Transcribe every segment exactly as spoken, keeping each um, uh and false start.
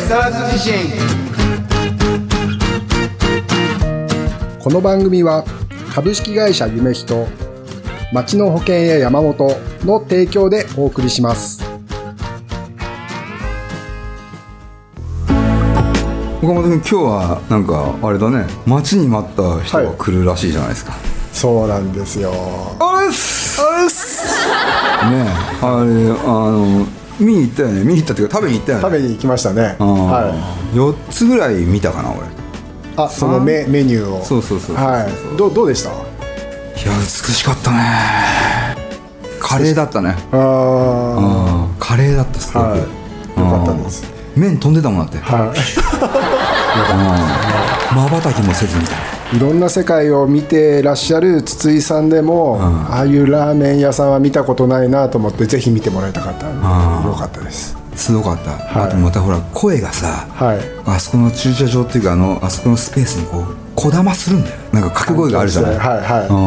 沢津地震。 この番組は株式会社夢人、町の保険や山本の提供でお送りします。 岡本君、今日はなんかあれだね、待ちに待った人が来るらしいじゃないですか。はい、 そうなんですよ。 あれっすあれっすねえ、あれ、あの見に行ったよね。見に行ったっていうか食べに行ったよね。 食べに行きましたね。 はい、よっつぐらい見たかな俺。 あ、その メ, メニューを。 そうそうそうそう、 はい、ど, どうでした？いや、 美しかったね。カレーだったね。 ああ、 カレーだったすごく、はい、 よかったです。 麺飛んでたもんだって。はい。まばたきもせずみたいな。 いろんな世界を見てらっしゃる筒井さんでも、うん、ああいうラーメン屋さんは見たことないなと思ってぜひ見てもらいたかったのでよかったです。 すごかった、はい、あとまたほら声がさ、はい、あそこの駐車場っていうか あの、あそこのスペースにこうこだまするんだよ。なんか掛け声があるじゃない、はいはい、うん、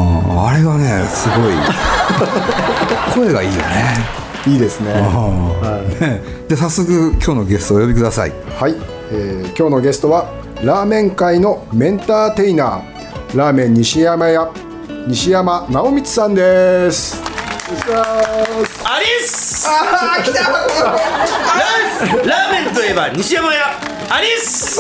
あれがねすごい声がいいよね。 いいですね。はい、 ね、で早速今日のゲストをお呼びください。 はい、えー、今日のゲストはラーメン界のメンターテイナー、ラーメン西山屋西山直光さんです。 アリス。あー来たラ, ラーメンといえば西山屋アリス。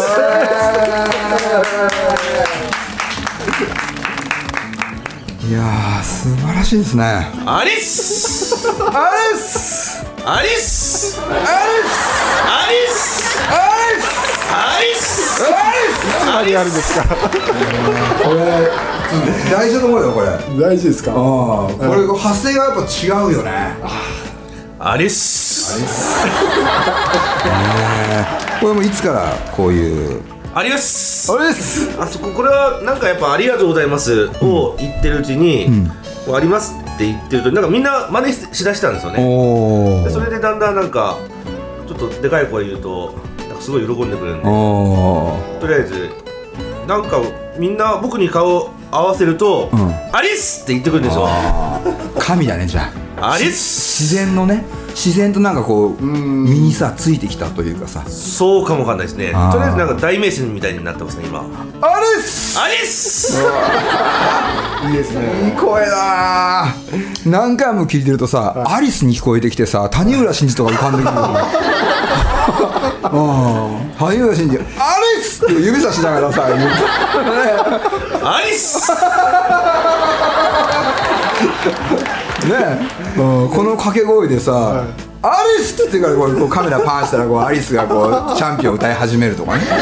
いやー素晴らしいですね。 アリスアリスアリスアリスアリスアリス何やるんですか？これ大事だと思うよ。これ大事ですか？あ、 これ発声がやっぱ違うよね。 アリスアリスこれもいつからこういうあります。 あれです。 あそここれはなんかやっぱありがとうございますを言ってるうちに、うん、こうありますって言ってるとなんかみんな真似しだしたんですよね。でそれでだんだんなんかちょっとでかい声言うとなんかすごい喜んでくれるんで、とりあえずなんかみんな僕に顔を合わせると、うん、アリスって言ってくるんですよ。 神だね。じゃあアリス自然のね、自然となんかこう身にさついてきたというかさ。 そうかもわかんないですね。とりあえずなんか代名詞みたいになってますね今。 アリスアリスいいですね。 いい声だ。何回も聞いてるとさ、アリスに聞こえてきてさ、谷村新司とか浮かんでくる谷村新司アリスって指さしながらさアリスねえ、うん、この掛け声でさ、はい、アリスって言ってからこうカメラパンしたらこうアリスがこうチャンピオンを歌い始めるとかね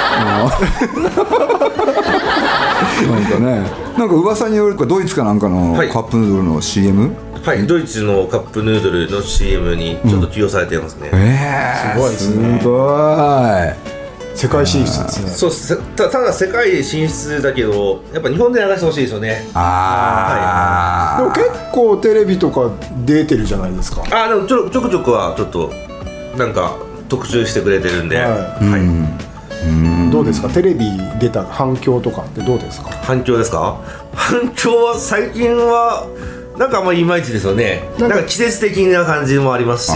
なんかね、なんか噂によるとドイツかなんかのカップヌードルの シーエム、 はい、はい、ドイツのカップヌードルの シーエム にちょっと起用されてますね。 うん、えー、 すごいですね。 すごい世界進出ですね。 そう た, ただ世界進出だけどやっぱ日本で流してほしいですよね。 あ、 はい、でも結構テレビとか出てるじゃないですか。 あ、でもちょ, ちょくちょくはちょっとなんか特集してくれてるんで、はいはい、 うん、どうですか？テレビ出た反響とかってどうですか？ 反響ですか？反響は最近はなんかあんまりいまいちですよね。なん か, なんか季節的な感じもありますし、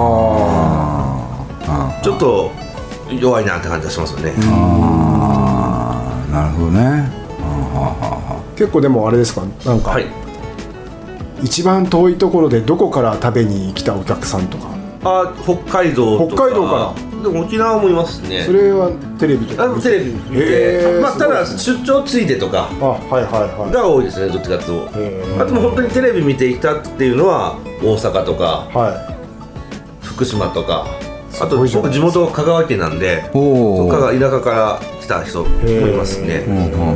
あちょっと弱いなって感じがしますよね。 あ、なるほどね。 結構でもあれですか、なんか、はい、一番遠いところでどこから食べに来たお客さんとか。 あ、北海道とか。 北海道から。 でも沖縄もいますね。 それはテレビとか。 あ、テレビ見て、まあ、ただ出張ついでとかが多いですね、どっちかというと。あとも本当にテレビ見てきたっていうのは大阪とか、はい、福島とか。あと僕地元香川県なんで、田舎から来た人もいますね。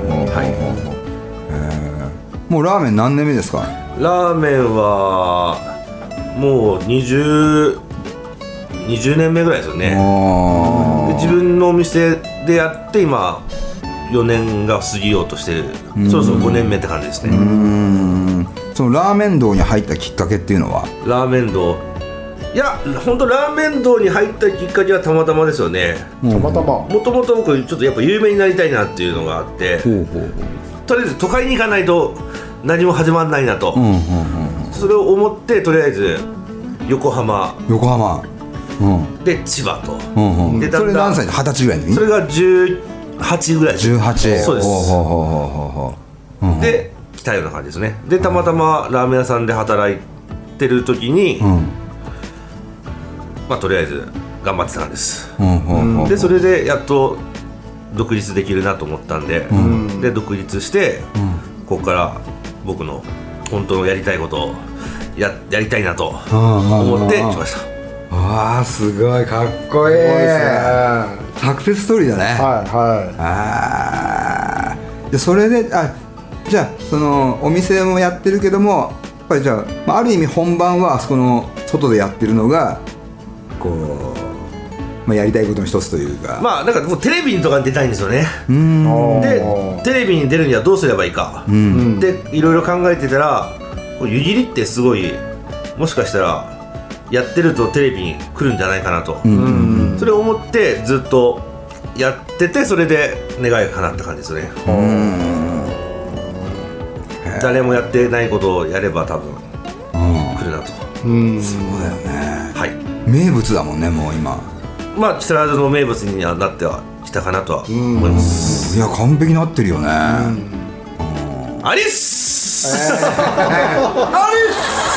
もうラーメン何年目ですか？ ラーメンはもうにじゅう、にじゅうねんめぐらいですよね。で自分のお店でやって今よねんが過ぎようとしてる。そろそろごねんめって感じですね。うーん、そのラーメン道に入ったきっかけっていうのは？ ラーメン道、いや本当ラーメン道に入ったきっかけはたまたまですよね。 たまたま。 もともと僕ちょっとやっぱ有名になりたいなっていうのがあって、ほうほうほう、とりあえず都会に行かないと何も始まらないなと、うんうんうん、それを思ってとりあえず横浜横浜うん、 で千葉と、 うんうん、でそれ何歳で二十歳ぐらいの時？ それがじゅうはちぐらいです。 じゅうはち。 そうです。 ほうほうほうほうほう。 で来たような感じですね。でたまたまラーメン屋さんで働いてる時に、うん、まあとりあえず頑張ってたんです、うんうん、でそれでやっと独立できるなと思ったんで、うん、で独立して、うん、ここから僕の本当のやりたいことを や, やりたいなと思って来ました。 ああすごいかっこいいですね。サクセスストーリーだね。はいはい。ああでそれであじゃあそのお店もやってるけどもやっぱりじゃあ、まあ、ある意味本番はあそこの外でやってるのがこう、まあ、やりたいことの一つというかまあなんかもうテレビとかに出たいんですよね。うんでテレビに出るにはどうすればいいか、うん、でいろいろ考えてたら湯切りってすごいもしかしたらやってるとテレビに来るんじゃないかなと、うんうんうん、それを思ってずっとやっててそれで願いが叶った感じですよね。うん誰もやってないことをやれば多分来るなと。 うんそうだよね。はい名物だもんねもう今。 まあ木更津の名物にはなってはきたかなとは思います。 いや完璧になってるよね。 アリス、えー、 アリ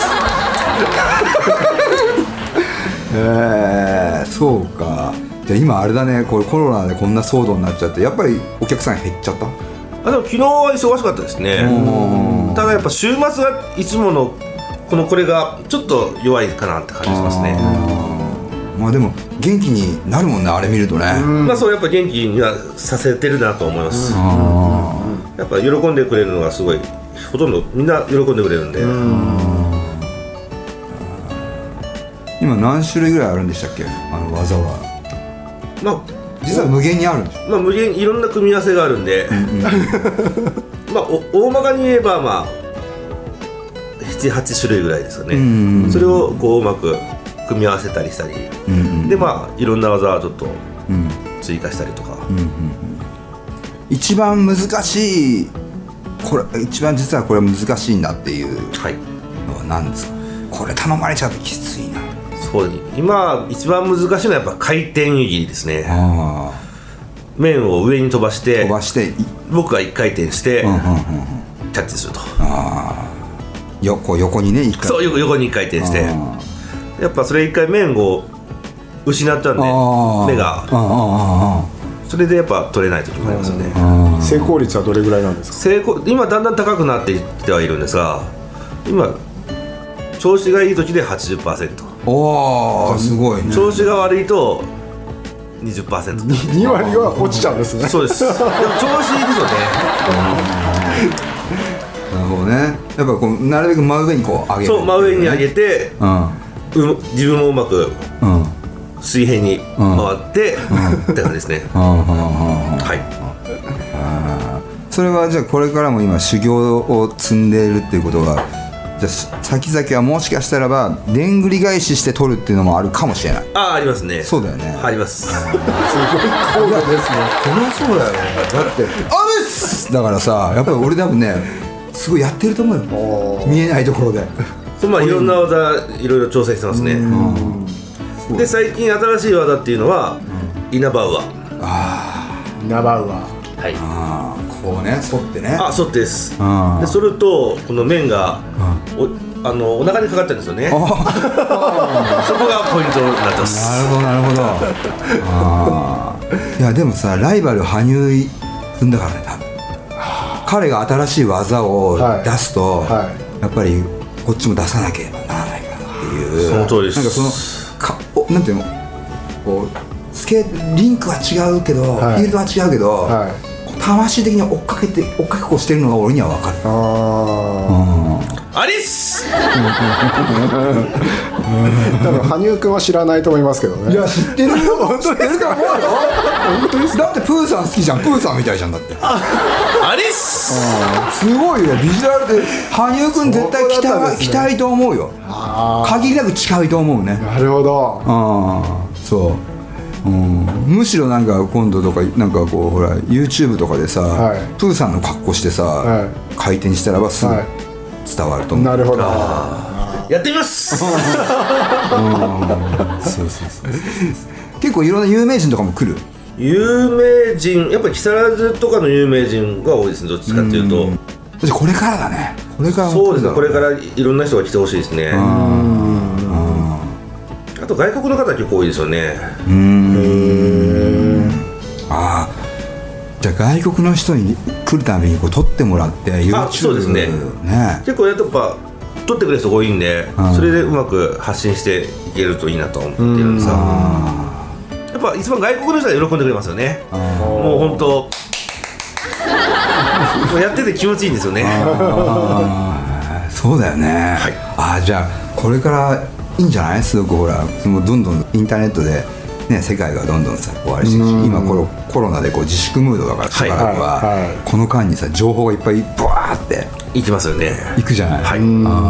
スえー、そうか。じゃあ今あれだねこれコロナでこんな騒動になっちゃってやっぱりお客さん減っちゃった？ あでも昨日は忙しかったですね。ただやっぱ週末はいつものこのこれがちょっと弱いかなって感じしますね。 まあでも元気になるもんねあれ見るとね。 まあそうやっぱ元気にはさせてるなと思います。やっぱ喜んでくれるのがすごいほとんどみんな喜んでくれるんで。 今何種類ぐらいあるんでしたっけあの技は。まあ実は無限にあるんです。 まあ無限いろんな組み合わせがあるんで、うんうん、まあ大まかに言えばまあななはち種類ぐらいですよね。うんうん、それをこううまく組み合わせたりしたり、うんうん、でまあいろんな技をちょっと追加したりとか。うんうんうん、 一番難しいこれ一番実はこれ難しいんだっていうのは何ですか？これ頼まれちゃうときついな。 そう今一番難しいのはやっぱ回転湯切りですね。あ麺を上に飛ばして飛ばして僕が一回転して、うんうんうん、キャッチすると。あ横横にね一回そう 横, 横に一回転してやっぱそれ一回麺を失ったんで目がそれでやっぱ取れない時もありますよね。 成功率はどれぐらいなんですか？ 成功今だんだん高くなっていってはいるんですが今調子がいい時で はちじゅっパーセント。 おーすごいね。 調子が悪いと にじゅっパーセントに割は落ちちゃうんですね。 そうです。でも調子いいですよね。 なるほどね。やっぱこうなるべく真上にこう上げる、ね、 そう真上に上げて、うんう自分もうまく水平に回って、うん、って感じですね。はい。 それはじゃあこれからも今修行を積んでいるっていうことがじゃあ先々はもしかしたらばでんぐり返しして取るっていうのもあるかもしれない。 ああありますね。 そうだよね。 あります。すごい高度ですね。 そりゃそうだよね。だってあれっすだからさやっぱり俺多分ねすごいやってると思うよ。見えないところで。 まあいろんな技いろいろ挑戦してますね。うんで最近新しい技っていうのは、うん、イナバウアー。 ああイナバウアー。 はい。 あこうね沿ってね。 あ沿ってです。でそれとこの面がおあのお腹にかかってるんですよね。そこがポイントになってます。 なるほどなるほど。あいやでもさライバル羽生くんだからね多分。彼が新しい技を出すと、はいはい、やっぱりこっちも出さなければならないかなっていう。 その通りです。 なんかそのかおなんていうのこうスケリンクは違うけど、はい、フィールドは違うけど、はい、魂的に追っかけて追っかけっこしてるのが俺には分かる。 ああアリス多分羽生くんは知らないと思いますけどね。 いや知ってるよ。 本当ですか？ 本当ですか？だってプーさん好きじゃん。プーさんみたいじゃんだって。 アリスすごいねビジュアルで羽生くん絶対期待、ね、期待と思うよ。限りなく近いと思うね。 なるほど。 あそう、うん、むしろなんか今度とかなんかこうほら YouTube とかでさ、はい、プーさんの格好してさ、はい、回転したらばすぐ伝わると思う。 なるほど。 やってみますそうそうそう結構いろんな有名人とかも来る。 有名人やっぱり木更津とかの有名人が多いですね、どっちかっていうと。うんこれからだね。これからそうですね、これからいろんな人が来てほしいですね。あと外国の方結構多いですよね。うーんああじゃあ外国の人に来るためにこう撮ってもらって YouTube あそうですねね結構やっぱ撮ってくれる人多いんで、それでうまく発信していけるといいなと思ってるんですが、やっぱ一番外国の人が喜んでくれますよね。もう本当もうやってて気持ちいいんですよね。 あそうだよね、はい、あじゃあこれからいいんじゃない。すごくほらもうどんどんインターネットで、ね、世界がどんどんさ終わりして今このコロナでこう自粛ムードだからしばらくは、はいはいはい、この間にさ情報がいっぱいブワーっていきますよね。 いくじゃない、はい、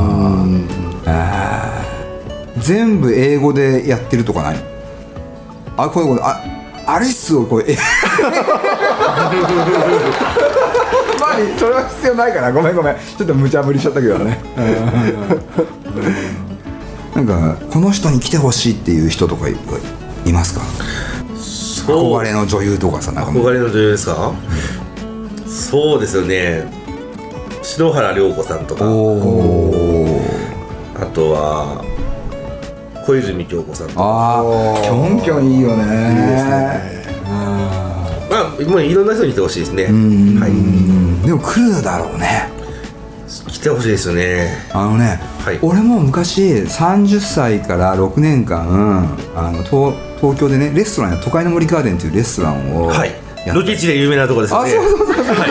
ああ全部英語でやってるとかない。あこういうことあアリスをこうえまあそれは必要ないからごめんごめんちょっと無茶ぶりしちゃったけどねなんかこの人に来てほしいっていう人とか い, いますか。憧れの女優とかさなんか憧れの女優ですか、うん、そうですよね。篠原涼子さんとかおあとは小泉京子さんとか。 ああキョンキョンいいよね。いいですね。 まあもういろんな人に来てほしいですね。 うんはいでも来るだろうね。 来てほしいですよね。 あのね、はい、俺も昔さんじゅっさいからろくねんかんあの 東, 東京でねレストラン都会の森ガーデンというレストランを、はい、 ロケ地で有名なところですよね。 あそうそうそうそう、はい、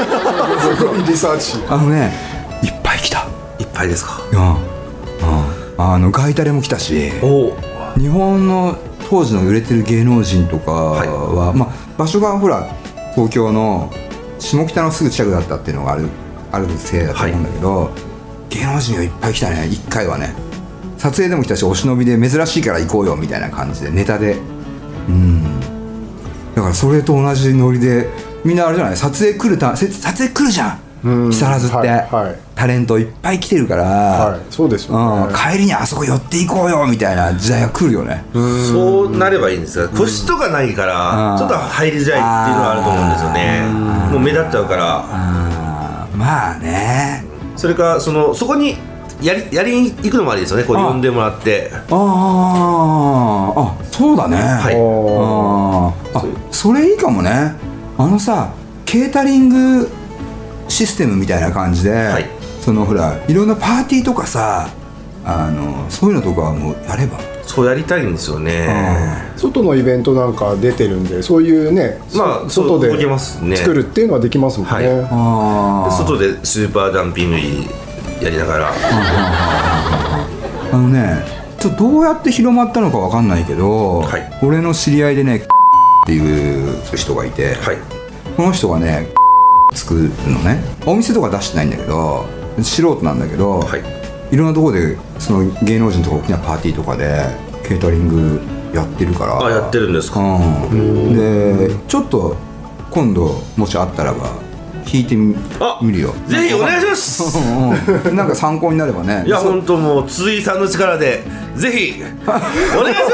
すごいリサーチ。 あのねいっぱい来た。 いっぱいですか。 うん、うん、あのガイタレも来たしお日本の当時の売れてる芸能人とかは、はいまあ、場所がほら東京の下北のすぐ近くだったっていうのがあるあるせいだと思うんだけど、はい、芸能人がいっぱい来たね。いっかいはね撮影でも来たしお忍びで珍しいから行こうよみたいな感じでネタでうんだからそれと同じノリでみんなあれじゃない撮影来るた撮影来るじゃん木更津って、はいはい、タレントいっぱい来てるから、 はい、そうですよね、 うん、帰りにあそこ寄っていこうよみたいな時代が来るよね。 うんそうなればいいんですが個室とかないからちょっと入りづらいっていうのはあると思うんですよね。もう目立っちゃうから。 あまあねそれかそのそこにやりやりに行くのもありですよね。こう呼んでもらってあああそうだね、はい、ああそれいいかもね。あのさケータリングシステムみたいな感じで、はい、そのほらいろんなパーティーとかさあのそういうのとかもやればそうやりたいんですよね。 外のイベントなんか出てるんでそういうね、まあ、外で作るっていうのはできますもんね、はい、 あで外でスーパーダンピングやりながらあのねちょっとどうやって広まったのか分かんないけど、はい、俺の知り合いでねっていう人がいて、はい、この人がね作るのねお店とか出してないんだけど素人なんだけど、はい、いろんなところでその芸能人とか大きなパーティーとかでケータリングやってるから。 あやってるんですか、 うん、でちょっと今度もしあったらば聞いて み, 見るよ。 ぜひお願いしますなんか参考になればね。 いや本当もう辻井さんの力でぜひお願いし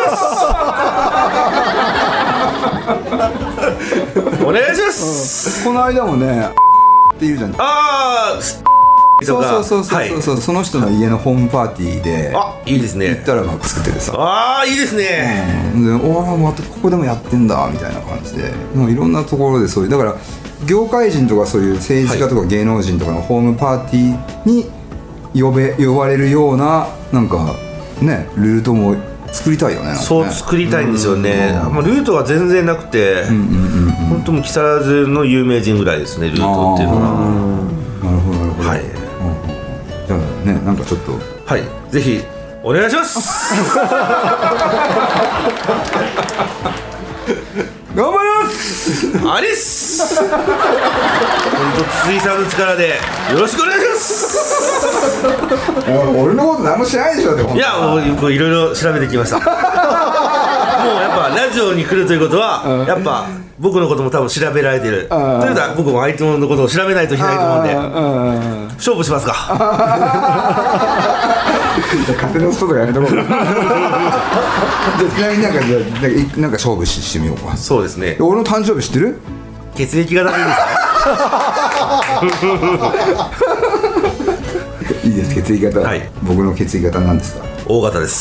ますお願いします、 うん、この間もねって言うじゃん。 ああそうそうそうそう、はい、そうその人の家のホームパーティーであいいですね行ったらまあ作っててさああいいですね、 うん、でおおまたここでもやってんだみたいな感じでもういろんなところでそういうだから業界人とかそういう政治家とか芸能人とかのホームパーティーに呼べ呼ばれるようななんかねルートも作りたいよね。なんかねそう作りたいんですよね、うんまあ、ルートは全然なくて、うんうんうんうん、本当も木更津の有名人ぐらいですねルートっていうのは。 なるほどなるほど、はい、うん、じゃあねなんかちょっとはいぜひお願いします頑張りますアリス本当辻井さんの力でよろしくお願いします俺のこと何も知らないでしょ。でもいやもういろいろ調べてきましたやっぱラジオに来るということは、うん、やっぱ僕のことも多分調べられてる、うん、ということは僕も相手のことを調べないといけないと思うんで、うん、勝負しますか。 勝手な人とかやめとこうか。じゃあちなみになんかじゃあなんか勝負 し, してみようか。 そうですね。 俺の誕生日知ってる？ 血液型でいいですか？ いいです、血液型、はい、僕の血液型なんですか？ O 型です。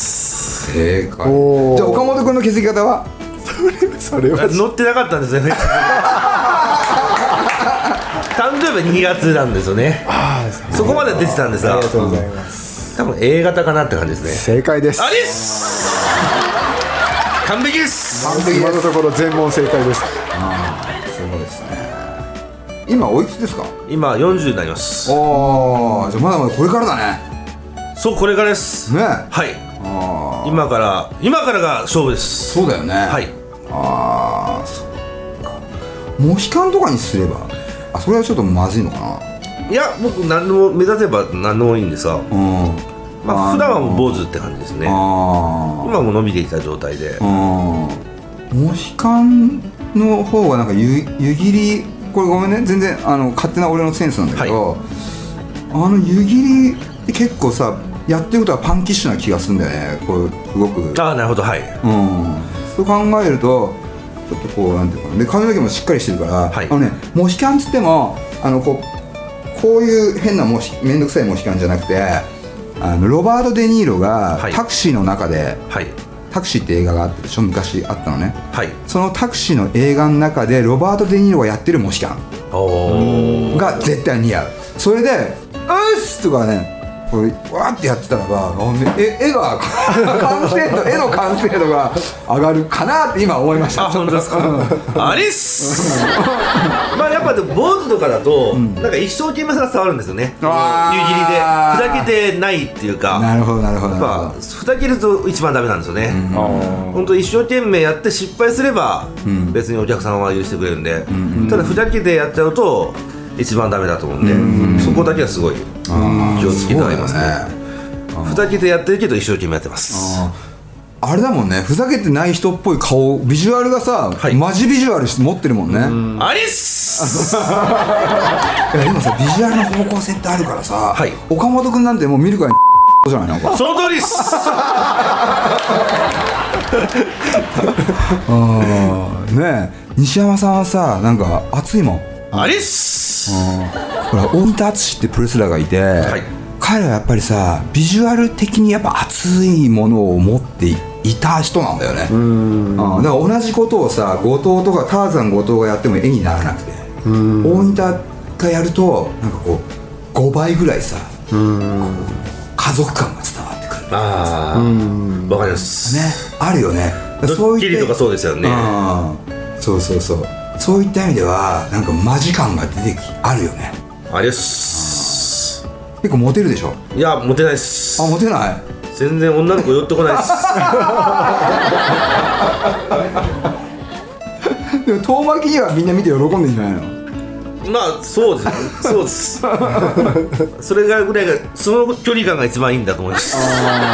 正解。じゃあ岡本君の血液型は？ それは載ってなかったんですよね。誕生日にがつなんですよね。あ、そこまで出てたんですが、 ありがとうございます。 多分 A 型かなって感じですね。 正解です。 あれっす。完璧です。 完璧。今のところ全問正解です。 ああ、そうですね。今おいくつですか？ 今よんじゅうになります。 おー、じゃあまだまだこれからだね。 そう、これからですね。 はい。あ、今から今からが勝負です。 そうだよね。はい。ああ、そうか。モヒカンとかにすれば、あ、それはちょっとまずいのかな。 いや、僕何でも目指せば何でもいいんですが、うん、まあ普段はもう坊主って感じですね。あ、今も伸びていた状態で、 モヒカンの方がなんか湯切り、これごめんね、全然あの勝手な俺のセンスなんだけど、はい、あの湯切りって結構さ、やってることはパンキッシュな気がするんだよね。こう動く。 ああ、なるほど、はい。 うん。そう考えるとちょっとこうなんていうかな、で髪の毛もしっかりしてるから、はい、あのね、モヒカンつってもあのこうこういう変なモヒめんどくさいモヒカンじゃなくて、あのロバート・デ・ニーロがタクシーの中で、はい、タクシーって映画があったでしょ、昔あったのね、はい、そのタクシーの映画の中でロバート・デ・ニーロがやってるモヒカンが絶対似合う。それで「うっす!」とかね、これわーってやってたらば、え絵が完成度絵の完成度が上がるかなって今思いました。 あ、本当ですか？あれっす。まあやっぱでも坊主とかだと、うん、なんか一生懸命さが伝わるんですよね。湯切りでふざけてないっていうか。 なるほどなるほど。やっぱふざけると一番ダメなんですよね。本当、うん、一生懸命やって失敗すれば、うん、別にお客さんは許してくれるんで、うん、ただふざけてやっちゃうと一番ダメだと思うんで、うん、そこだけはすごい気をつけてありますね。ふざけてやってるけど一生懸命やってます。 あ, あれだもんね、ふざけてない人っぽい顔、ビジュアルがさ、はい、マジビジュアル持ってるもんね。ん、 あれっす。 いや今さ、ビジュアルの方向性ってあるからさ、はい、岡本君なんてもう見るからにじゃないのか。 その通りっす。 あねえ、西山さんはさ、なんか熱いもん。 あれっす。 ほら、大仁田敦ってプロレスラーがいて、はい、彼はやっぱりさ、ビジュアル的にやっぱ熱いものを持っていた人なんだよね。うん、だから同じことをさ、後藤とかターザン後藤がやっても絵にならなくて、大仁田がやるとなんかこうごばいぐらいさ、うん、家族感が伝わってくる。 ああ、わかりますね。あるよね。 ドッキリとかそうですよね。 そうそうそう。そういった意味ではなんかマジ感が出てきあるよね。 あれっす。 結構モテるでしょ？ いや、モテないっす。 あ、モテない？ 全然女の子寄ってこないっす。 でも遠巻きにはみんな見て喜んでんじゃないの？ まあそうです、そうです。それがぐらいが、その距離感が一番いいんだと思います。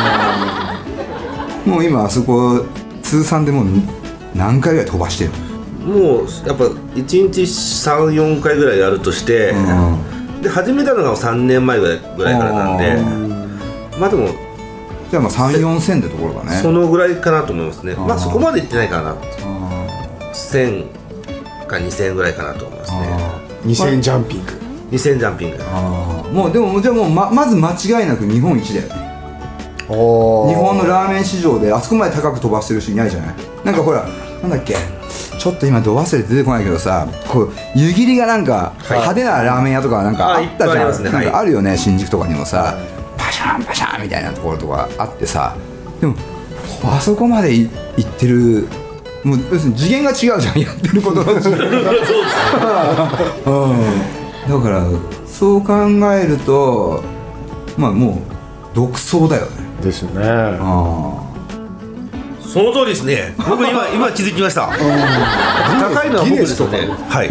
もう今あそこ通算でもう何回ぐらい飛ばしてるの？ もうやっぱいちにちさん、よんかいぐらいやるとして、うん、で始めたのがさんねんまえぐらいぐらいからなんで、まあでもじゃあまあさん、よんせんってところだね。 そのぐらいかなと思いますね。まあそこまでいってないかな。せんかにせんぐらいかなと思いますね。 にせんジャンピング、 にせんジャンピング。 あ、もうでもじゃあもう ま, まず間違いなく日本一だよね。お、日本のラーメン市場であそこまで高く飛ばしてる人いないじゃない。なんかほら、なんだっけ、ちょっと今ど忘れて出てこないけどさ、こう湯切りがなんか派手なラーメン屋とかなんかあったじゃん。あ、ね、なんかあるよね、はい、新宿とかにもさ、パシャンパシャンみたいなところとかあってさ、でもあそこまで行ってる、もう要するに次元が違うじゃん、やってることの次元が。そうですね。うん、だからそう考えると、まあもう独創だよね。 ですよね。ああ、 その通りですね。僕今今気づきました。高いのは僕ですよね。はい。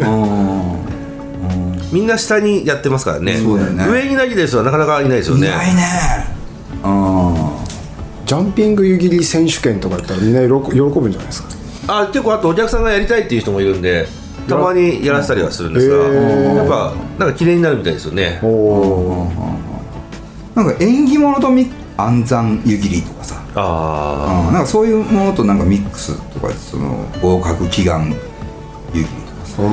みんな下にやってますからね。 そうだよね。 上になぎですはなかなかいないですよね。 いないね。ああ。 ジャンピング湯切り選手権とかやったらみんな喜ぶんじゃないですか。 あ、結構あとお客さんがやりたいっていう人もいるんでたまにやらせたりはするんですが、やっぱなんか綺麗になるみたいですよね。 おなんか縁起物とみ安産湯切りとかさ、 あ、 うん、なんかそういうものとなんかミックスとかその合格祈願湯切りとかさ、うん、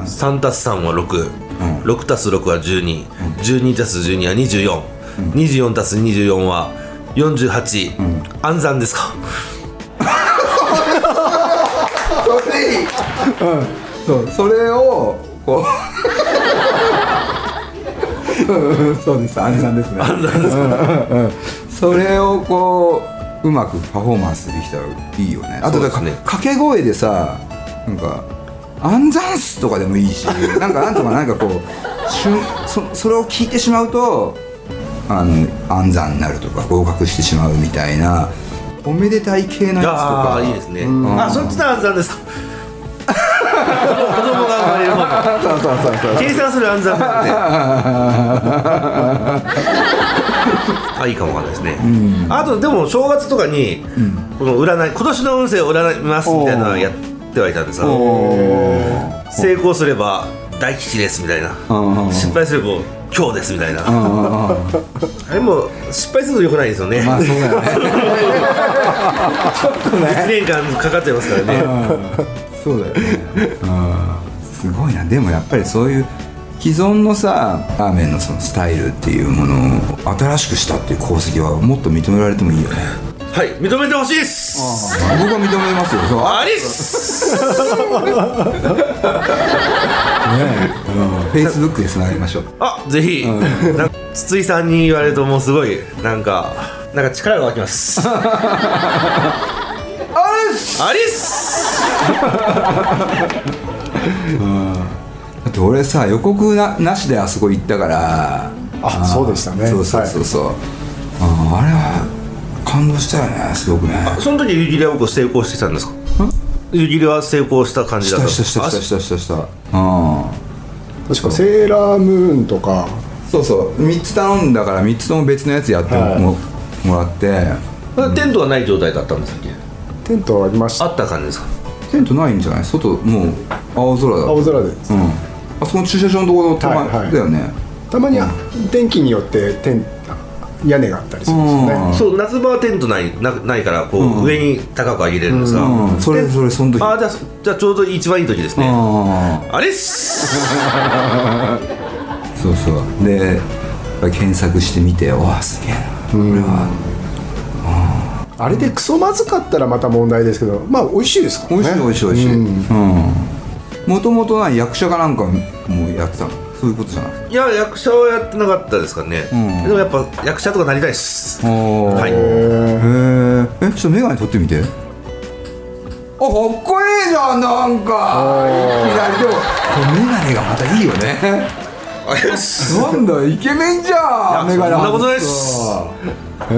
さんたすさんはろく、うん、ろくたすろくはじゅうに、うん、じゅうにたすじゅうにはにじゅうよん、うん、にじゅうよんたすにじゅうよんはよんじゅうはち、うん、安産ですか。 それいい、うん、そうそれをこうそうです安産ですね安産ですね、うんうん、それをこううまくパフォーマンスできたらいいよね。あとだから、ね、掛け声でさなんか安産すとかでもいいしなんかなんとかなんかこうしゅ そ, それを聞いてしまうとあの安産になるとか合格してしまうみたいなおめでたい系のやつとか。 あいいですね、うん、あそっちの安産ですか。子供が生まれる方そうそうそうそう計算する安産なんであいいかもわかんないですね、うん、あとでも正月とかに、うん、この占い今年の運勢を占いますみたいなのをやってはいたんですが、成功すれば大吉ですみたいな、失敗すれば今日ですみたいな、あれも失敗すると良くないですよね。まあそうだよねちょっとねいちねんかんかかっちゃいますからね。 そうだよね。あすごいな。でもやっぱりそういう既存のさラーメンのそのスタイルっていうものを新しくしたっていう功績はもっと認められてもいいよね。 はい、認めてほしいです。 あ僕は認めますよ。そうありっすねえ、うん、フェイスブックでつながりましょう。 あ、ぜひ、うん、なんか筒井さんに言われるともうすごいなんかなんか力が湧きます。ありっすありっすだって俺さ予告 な, なしであそこ行ったから。 あ、そうでしたね。 そうそうそうそう、はい、あ, あれは感動したよね、すごくね。 あその時湯切りは僕成功してたんですか。湯切りは成功した感じだった。 したしたしたしたしたしたあ確かセーラームーンとかそうそうみっつ頼んだからみっつとも別のやつやって も,、はい、もらって、 うん、テントはない状態だったんですっけ。 テントはありました。 あった感じですか。 テントないんじゃない。外もう青空だ。 青空で、うん、 あそこの駐車場のところのたま、はいはい、だよね。 たまには、うん、天気によってテン屋根があったりするんですよね。 そう夏場はテントない な, ないからこう、うん、上に高く上げれるんですが、うんうん、それそれその時あじゃあじゃあちょうど一番いい時ですね。あ, あれっすそうそうで検索してみてわあすげえなこれは、 うん、あれでクソまずかったらまた問題ですけどまあ美味しいですからね。 美味しい美味しい美味しい。もともとは役者かなんかもやってたの。そういうことじゃなくて。 いや役者はやってなかったですかね、うん、でもやっぱ役者とかなりたいです。はい。へえちょっとメガネ取ってみて。あかっこいいじゃんなんかいきなり。でもメガネがまたいいよね。あれなんだイケメンじゃんメガネ。 そんなことないっす。 へ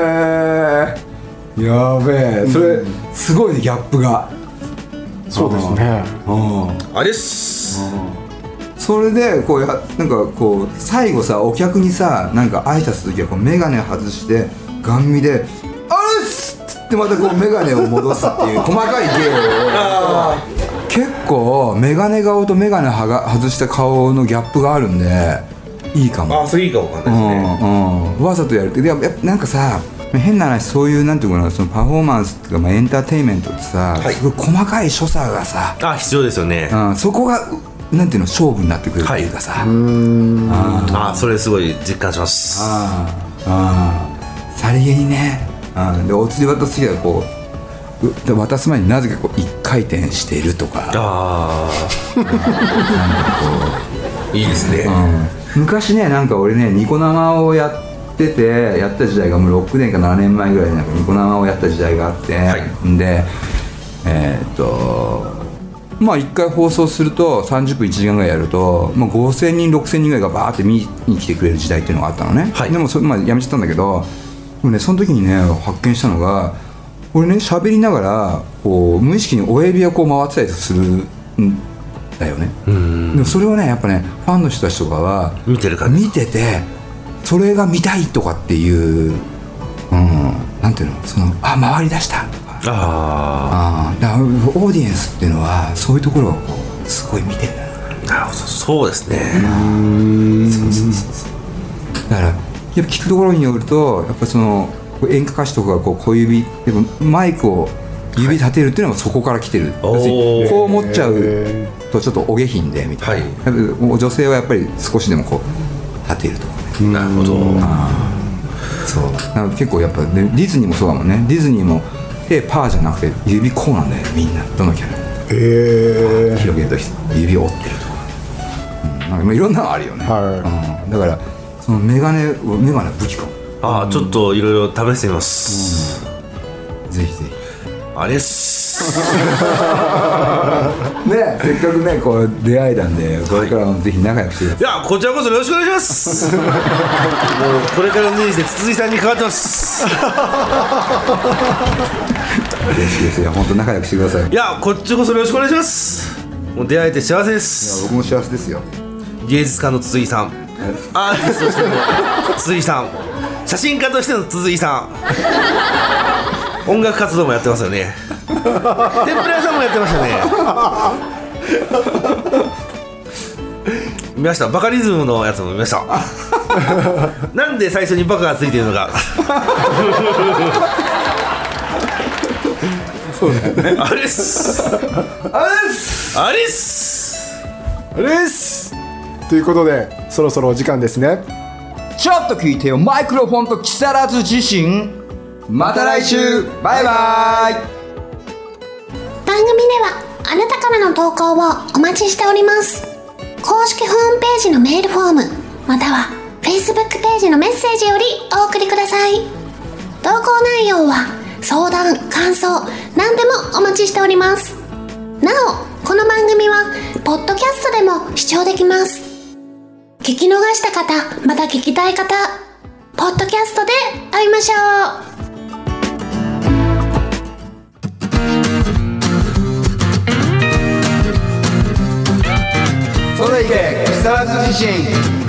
えやべえそれ、うん、すごいねギャップが。 そうですね。 あれっす。 それでこうやなんかこう最後さお客にさなんか挨拶する時はこうメガネ外してガン見で「あれっす!」っつってまたこうメガネを戻すっていう細かい芸を結構メガネ顔とメガネはが外した顔のギャップがあるんでいいかも。 あそれいいかもわかんないですね、 うんうん、わざとやるってやっぱなんかさ変な話そういうなんていうかなそのパフォーマンスっていうか、まあ、エンターテインメントってさ、はい、すごい細かい所作がさあ必要ですよね、 うん、そこがなんていうの勝負になってくるっていうかさ、はい、うーんああそれすごい実感します。 ああさりげにねあでお釣り渡す時はこう渡す前になぜかこう一回転しているとかああなんかこういいですね、 うん、昔ねなんか俺ねニコ生をやっててやった時代がもうろくねんかななねんまえぐらいになんかニコ生をやった時代があって、はい、でえー、っとまあいっかい放送するとさんじゅっぷんいちじかんぐらいやると、まあ、ごせんにんろくせんにんぐらいがバーって見に来てくれる時代っていうのがあったのね、はい、でもそれ、まあ、やめちゃったんだけどもう、ね、その時にね発見したのが俺ね喋りながらこう無意識に親指がこう回ってたりするんだよね。うんでもそれをねやっぱねファンの人たちとかは見てる感じ見ててそれが見たいとかっていう、うんていうのそのあ回り出したとかああだからオーディエンスっていうのはそういうところをこうすごい見てるんだよ。 なるほどそうですね。 うんそうそうそうそうだからやっぱ聞くところによるとやっぱその演歌歌手とかがこう小指でもマイクを指立てるっていうのはそこから来てる、はい、こう持っちゃうとちょっとお下品でみたいな、はい、女性はやっぱり少しでもこう立てるとかね。 なるほど。あそうなんか結構やっぱ、ね、ディズニーもそうだもんね。ディズニーも手パーじゃなくて指こうなんだよみんなどのキャラへえ広げると指を折ってるとか、うん、なんかいろんなのあるよね、はいうん、だからそのメガネメガネ武器かも。 ああ、うん、ちょっといろいろ試してみます、 うん、ぜひぜひあれっすねせっかくねこう出会えたんでこれからもぜひ仲良くしてください。 いやこちらこそよろしくお願いしますもうこれからの人生筒井さんにかかってます嬉しいですよ本当仲良くしてください。 いやこっちこそよろしくお願いします。もう出会えて幸せです。 いや僕も幸せですよ。 芸術家の筒井さんアーティストとしての筒井さん写真家としての筒井さん音楽活動もやってますよね天ぷら屋さんもやってましたね見ましたバカリズムのやつも見ましたなんで最初にバカがついてるのかそうだよねあれっすあれっすあれっすあれっすということでそろそろお時間ですね。 ちょっと聞いてよマイクロフォンと木更津自身。また来週バイバイ。 番組ではあなたからの投稿をお待ちしております。公式ホームページのメールフォームまたは Facebook ページのメッセージよりお送りください。投稿内容は相談感想何でもお待ちしております。なおこの番組はポッドキャストでも視聴できます。聞き逃した方また聞きたい方ポッドキャストで会いましょう。それいけ木更津自身。